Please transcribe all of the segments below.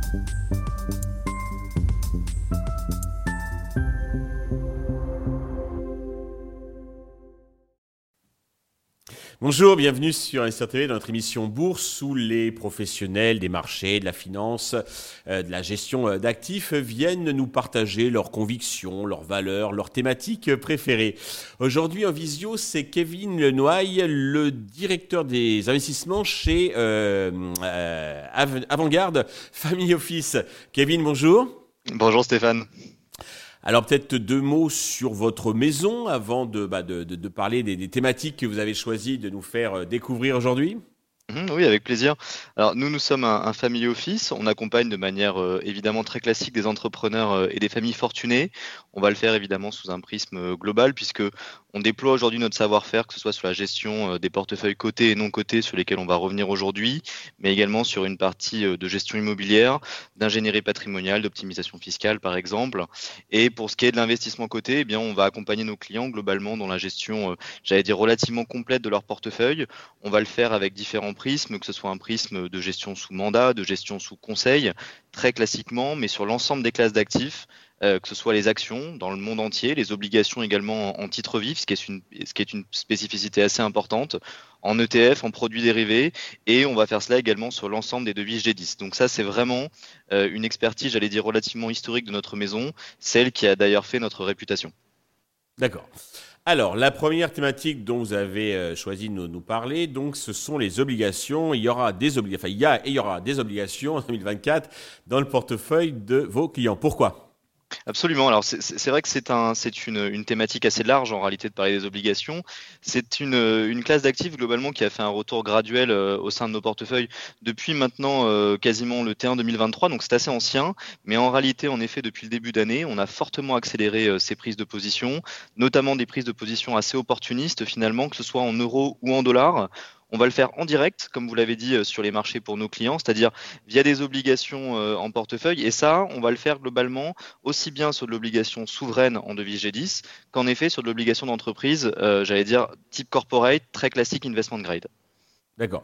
Bonjour, bienvenue sur SRTV dans notre émission Bourse où les professionnels des marchés, de la finance, de la gestion d'actifs viennent nous partager leurs convictions, leurs valeurs, leurs thématiques préférées. Aujourd'hui en visio, c'est Kevin Lenoy, le directeur des investissements chez Avant-Garde Family Office. Kevin, bonjour. Bonjour Stéphane. Alors peut-être 2 mots sur votre maison avant de parler des thématiques que vous avez choisi de nous faire découvrir aujourd'hui. Oui, avec plaisir. Alors nous sommes un family office. On accompagne de manière évidemment très classique des entrepreneurs et des familles fortunées. On va le faire évidemment sous un prisme global puisque on déploie aujourd'hui notre savoir-faire, que ce soit sur la gestion des portefeuilles cotés et non cotés sur lesquels on va revenir aujourd'hui, mais également sur une partie de gestion immobilière, d'ingénierie patrimoniale, d'optimisation fiscale par exemple. Et pour ce qui est de l'investissement coté, eh bien on va accompagner nos clients globalement dans la gestion, j'allais dire relativement complète de leur portefeuille. On va le faire avec différents prismes, que ce soit un prisme de gestion sous mandat, de gestion sous conseil, très classiquement, mais sur l'ensemble des classes d'actifs, que ce soit les actions dans le monde entier, les obligations également en titre vif, ce qui est une spécificité assez importante, en ETF, en produits dérivés, et on va faire cela également sur l'ensemble des devises G10. Donc ça, c'est vraiment une expertise, j'allais dire, relativement historique de notre maison, celle qui a d'ailleurs fait notre réputation. D'accord. Alors, la première thématique dont vous avez choisi de nous parler, donc, ce sont les obligations. Il y aura des obligations en 2024 dans le portefeuille de vos clients. Pourquoi ? Absolument. Alors c'est vrai que c'est une thématique assez large en réalité de parler des obligations. C'est une classe d'actifs globalement qui a fait un retour graduel au sein de nos portefeuilles depuis maintenant quasiment le T1 2023. Donc c'est assez ancien, mais en réalité en effet depuis le début d'année, on a fortement accéléré ces prises de position, notamment des prises de position assez opportunistes finalement, que ce soit en euros ou en dollars. On va le faire en direct, comme vous l'avez dit, sur les marchés pour nos clients, c'est-à-dire via des obligations en portefeuille. Et ça, on va le faire globalement aussi bien sur de l'obligation souveraine en devise G10 qu'en effet sur de l'obligation d'entreprise, j'allais dire type corporate, très classique investment grade. D'accord.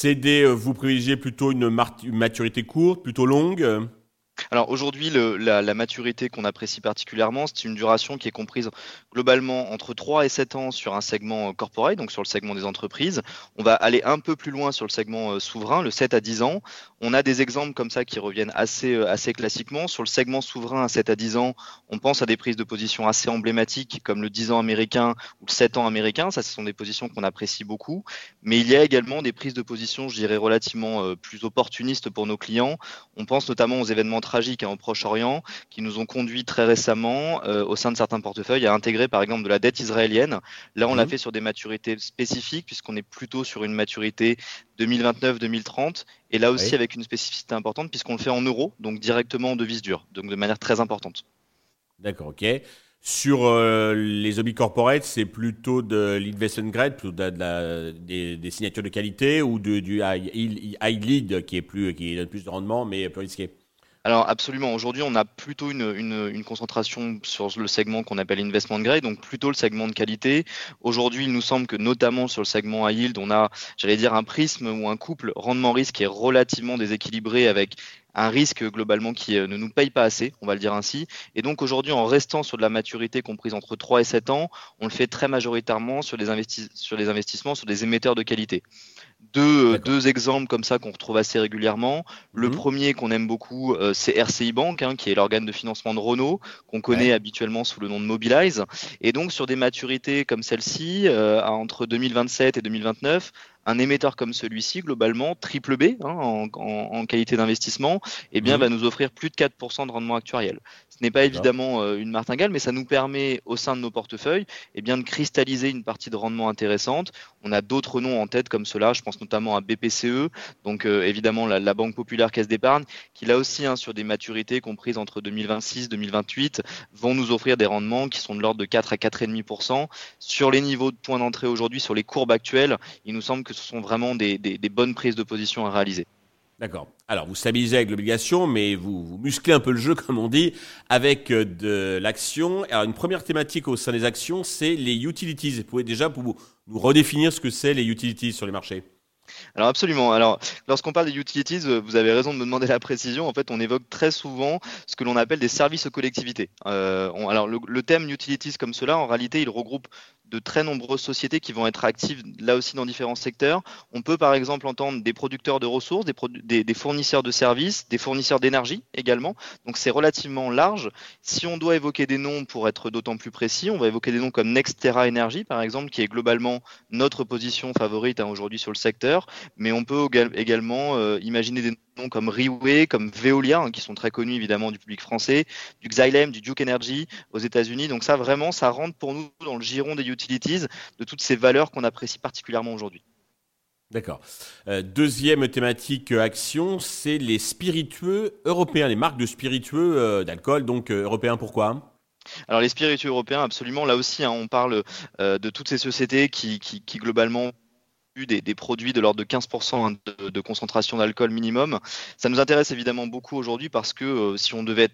Vous privilégiez plutôt une maturité courte, plutôt longue ? Alors aujourd'hui, la maturité qu'on apprécie particulièrement, c'est une duration qui est comprise globalement entre 3 et 7 ans sur un segment corporate, donc sur le segment des entreprises. On va aller un peu plus loin sur le segment souverain, le 7 à 10 ans. On a des exemples comme ça qui reviennent assez classiquement. Sur le segment souverain à 7 à 10 ans, on pense à des prises de position assez emblématiques comme le 10 ans américain ou le 7 ans américain. Ça, ce sont des positions qu'on apprécie beaucoup. Mais il y a également des prises de position, je dirais, relativement plus opportunistes pour nos clients. On pense notamment aux événements tragiques au Proche-Orient qui nous ont conduit très récemment au sein de certains portefeuilles à intégrer par exemple de la dette israélienne. Là, on l'a fait sur des maturités spécifiques puisqu'on est plutôt sur une maturité 2029-2030 et là aussi Oui. avec une spécificité importante puisqu'on le fait en euros, donc directement en devise dure, donc de manière très importante. D'accord, ok. Sur les obligations corporate, c'est plutôt de l'investment grade, plutôt des signatures de qualité ou du high lead qui donne plus de rendement mais plus risqué. Alors absolument, aujourd'hui on a plutôt une concentration sur le segment qu'on appelle investment grade, donc plutôt le segment de qualité. Aujourd'hui il nous semble que notamment sur le segment high yield, on a, j'allais dire, un prisme ou un couple rendement-risque qui est relativement déséquilibré avec un risque globalement qui ne nous paye pas assez, on va le dire ainsi. Et donc aujourd'hui en restant sur de la maturité comprise entre 3 et 7 ans, on le fait très majoritairement sur les investissements, sur des émetteurs de qualité. D'accord. Deux exemples comme ça qu'on retrouve assez régulièrement. Le Mhm. premier qu'on aime beaucoup, c'est RCI Bank, qui est l'organe de financement de Renault, qu'on connaît Ouais. habituellement sous le nom de Mobilize. Et donc sur des maturités comme celle-ci, entre 2027 et 2029, un émetteur comme celui-ci, globalement, triple B en qualité d'investissement, eh bien, Mhm. va nous offrir plus de 4% de rendement actuariel. Ce n'est pas D'accord. évidemment une martingale, mais ça nous permet, au sein de nos portefeuilles, eh bien, de cristalliser une partie de rendement intéressante. On a d'autres noms en tête comme cela, je pense notamment à BPCE, donc évidemment la Banque Populaire Caisse d'Épargne, qui là aussi, sur des maturités comprises entre 2026 et 2028, vont nous offrir des rendements qui sont de l'ordre de 4 à 4,5%. Sur les niveaux de points d'entrée aujourd'hui, sur les courbes actuelles, il nous semble que ce sont vraiment des bonnes prises de position à réaliser. D'accord. Alors, vous stabilisez avec l'obligation, mais vous musclez un peu le jeu, comme on dit, avec de l'action. Alors, une première thématique au sein des actions, c'est les utilities. Vous pouvez déjà nous redéfinir ce que c'est les utilities sur les marchés ? Alors absolument. Alors lorsqu'on parle des utilities, vous avez raison de me demander la précision. En fait, on évoque très souvent ce que l'on appelle des services aux collectivités. Alors le thème utilities comme cela, en réalité, il regroupe de très nombreuses sociétés qui vont être actives là aussi dans différents secteurs. On peut par exemple entendre des producteurs de ressources, des fournisseurs de services, des fournisseurs d'énergie également. Donc c'est relativement large. Si on doit évoquer des noms pour être d'autant plus précis, on va évoquer des noms comme Nextera Energy par exemple, qui est globalement notre position favorite aujourd'hui sur le secteur. Mais on peut également imaginer des noms comme Riway, comme Veolia, qui sont très connus évidemment du public français, du Xylem, du Duke Energy aux États-Unis. Donc ça, vraiment, ça rentre pour nous dans le giron des utilities, de toutes ces valeurs qu'on apprécie particulièrement aujourd'hui. D'accord. Deuxième thématique action, c'est les spiritueux européens, les marques de spiritueux d'alcool, donc européens, pourquoi? Alors les spiritueux européens, absolument, là aussi, on parle de toutes ces sociétés qui globalement des produits de l'ordre de 15% de concentration d'alcool minimum. Ça nous intéresse évidemment beaucoup aujourd'hui parce que si on devait être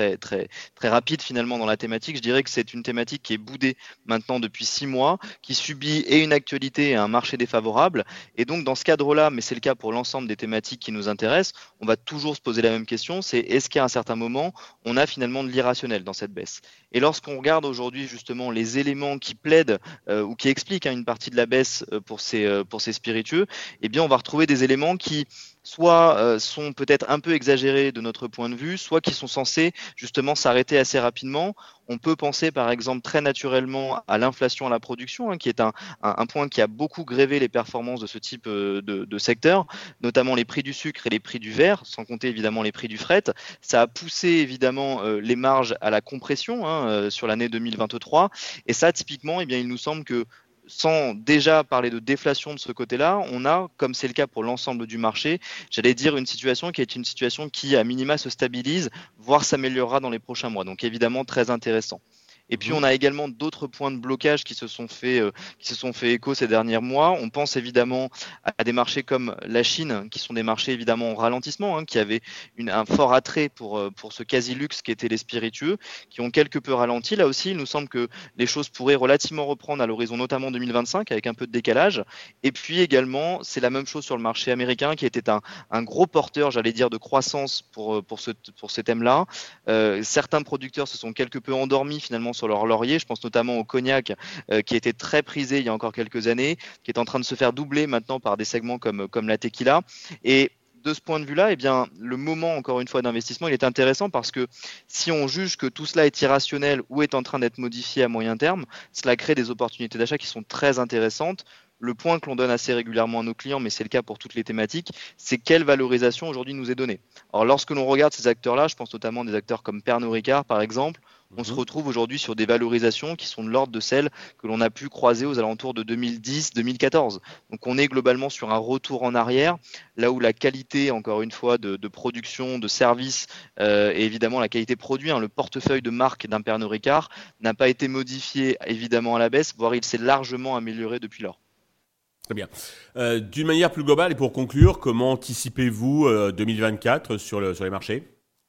très rapide finalement dans la thématique, je dirais que c'est une thématique qui est boudée maintenant depuis 6 mois, qui subit et une actualité et un marché défavorable. Et donc dans ce cadre-là, mais c'est le cas pour l'ensemble des thématiques qui nous intéressent, on va toujours se poser la même question, c'est est-ce qu'à un certain moment, on a finalement de l'irrationnel dans cette baisse? Et lorsqu'on regarde aujourd'hui justement les éléments qui plaident ou qui expliquent une partie de la baisse pour ces spiritueux, eh bien on va retrouver des éléments qui soit sont peut-être un peu exagérés de notre point de vue, soit qui sont censés justement s'arrêter assez rapidement. On peut penser par exemple très naturellement à l'inflation à la production, qui est un point qui a beaucoup grévé les performances de ce type de secteur, notamment les prix du sucre et les prix du verre, sans compter évidemment les prix du fret. Ça a poussé évidemment les marges à la compression sur l'année 2023. Et ça, typiquement, eh bien, il nous semble que sans déjà parler de déflation de ce côté-là, on a, comme c'est le cas pour l'ensemble du marché, j'allais dire une situation qui est une situation qui, à minima, se stabilise, voire s'améliorera dans les prochains mois. Donc évidemment, très intéressant. Et puis on a également d'autres points de blocage qui se sont fait écho ces derniers mois. On pense évidemment à des marchés comme la Chine, qui sont des marchés évidemment en ralentissement, qui avaient un fort attrait pour ce quasi-luxe qui étaient les spiritueux, qui ont quelque peu ralenti. Là aussi, il nous semble que les choses pourraient relativement reprendre à l'horizon notamment 2025, avec un peu de décalage. Et puis également, c'est la même chose sur le marché américain, qui était un gros porteur, j'allais dire, de croissance pour ces thèmes-là. Certains producteurs se sont quelque peu endormis finalement sur leur laurier. Je pense notamment au cognac qui était très prisé il y a encore quelques années, qui est en train de se faire doubler maintenant par des segments comme la tequila. Et de ce point de vue-là, eh bien, le moment, encore une fois, d'investissement, il est intéressant parce que si on juge que tout cela est irrationnel ou est en train d'être modifié à moyen terme, cela crée des opportunités d'achat qui sont très intéressantes. Le point que l'on donne assez régulièrement à nos clients, mais c'est le cas pour toutes les thématiques, c'est quelle valorisation aujourd'hui nous est donnée. Alors lorsque l'on regarde ces acteurs-là, je pense notamment à des acteurs comme Pernod Ricard par exemple, on se retrouve aujourd'hui sur des valorisations qui sont de l'ordre de celles que l'on a pu croiser aux alentours de 2010-2014. Donc on est globalement sur un retour en arrière, là où la qualité, encore une fois, de production, de service et évidemment la qualité produit, le portefeuille de marque d'un Pernod Ricard n'a pas été modifié évidemment à la baisse, voire il s'est largement amélioré depuis lors. Très bien. D'une manière plus globale et pour conclure, comment anticipez-vous 2024 sur les marchés?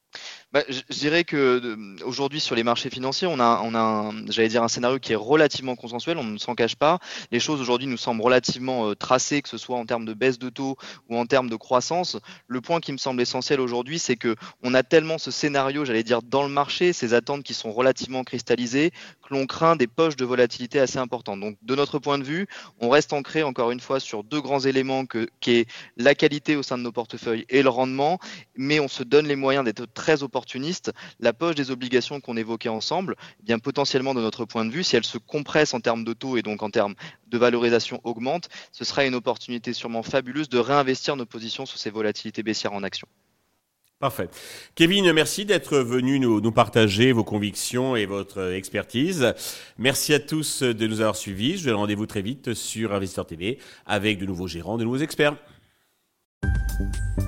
Je dirais que aujourd'hui sur les marchés financiers, on a j'allais dire un scénario qui est relativement consensuel, on ne s'en cache pas. Les choses aujourd'hui nous semblent relativement tracées, que ce soit en termes de baisse de taux ou en termes de croissance. Le point qui me semble essentiel aujourd'hui, c'est que on a tellement ce scénario, j'allais dire, dans le marché, ces attentes qui sont relativement cristallisées, que l'on craint des poches de volatilité assez importantes. Donc de notre point de vue, on reste ancré encore une fois sur deux grands éléments qui est la qualité au sein de nos portefeuilles et le rendement, mais on se donne les moyens d'être très opportuniste. La poche des obligations qu'on évoquait ensemble, eh bien potentiellement de notre point de vue, si elle se compresse en termes de taux et donc en termes de valorisation augmente, ce sera une opportunité sûrement fabuleuse de réinvestir nos positions sur ces volatilités baissières en action. Parfait. Kevin, merci d'être venu nous partager vos convictions et votre expertise. Merci à tous de nous avoir suivis. Je vous donne rendez-vous très vite sur Investisseur TV avec de nouveaux gérants, de nouveaux experts.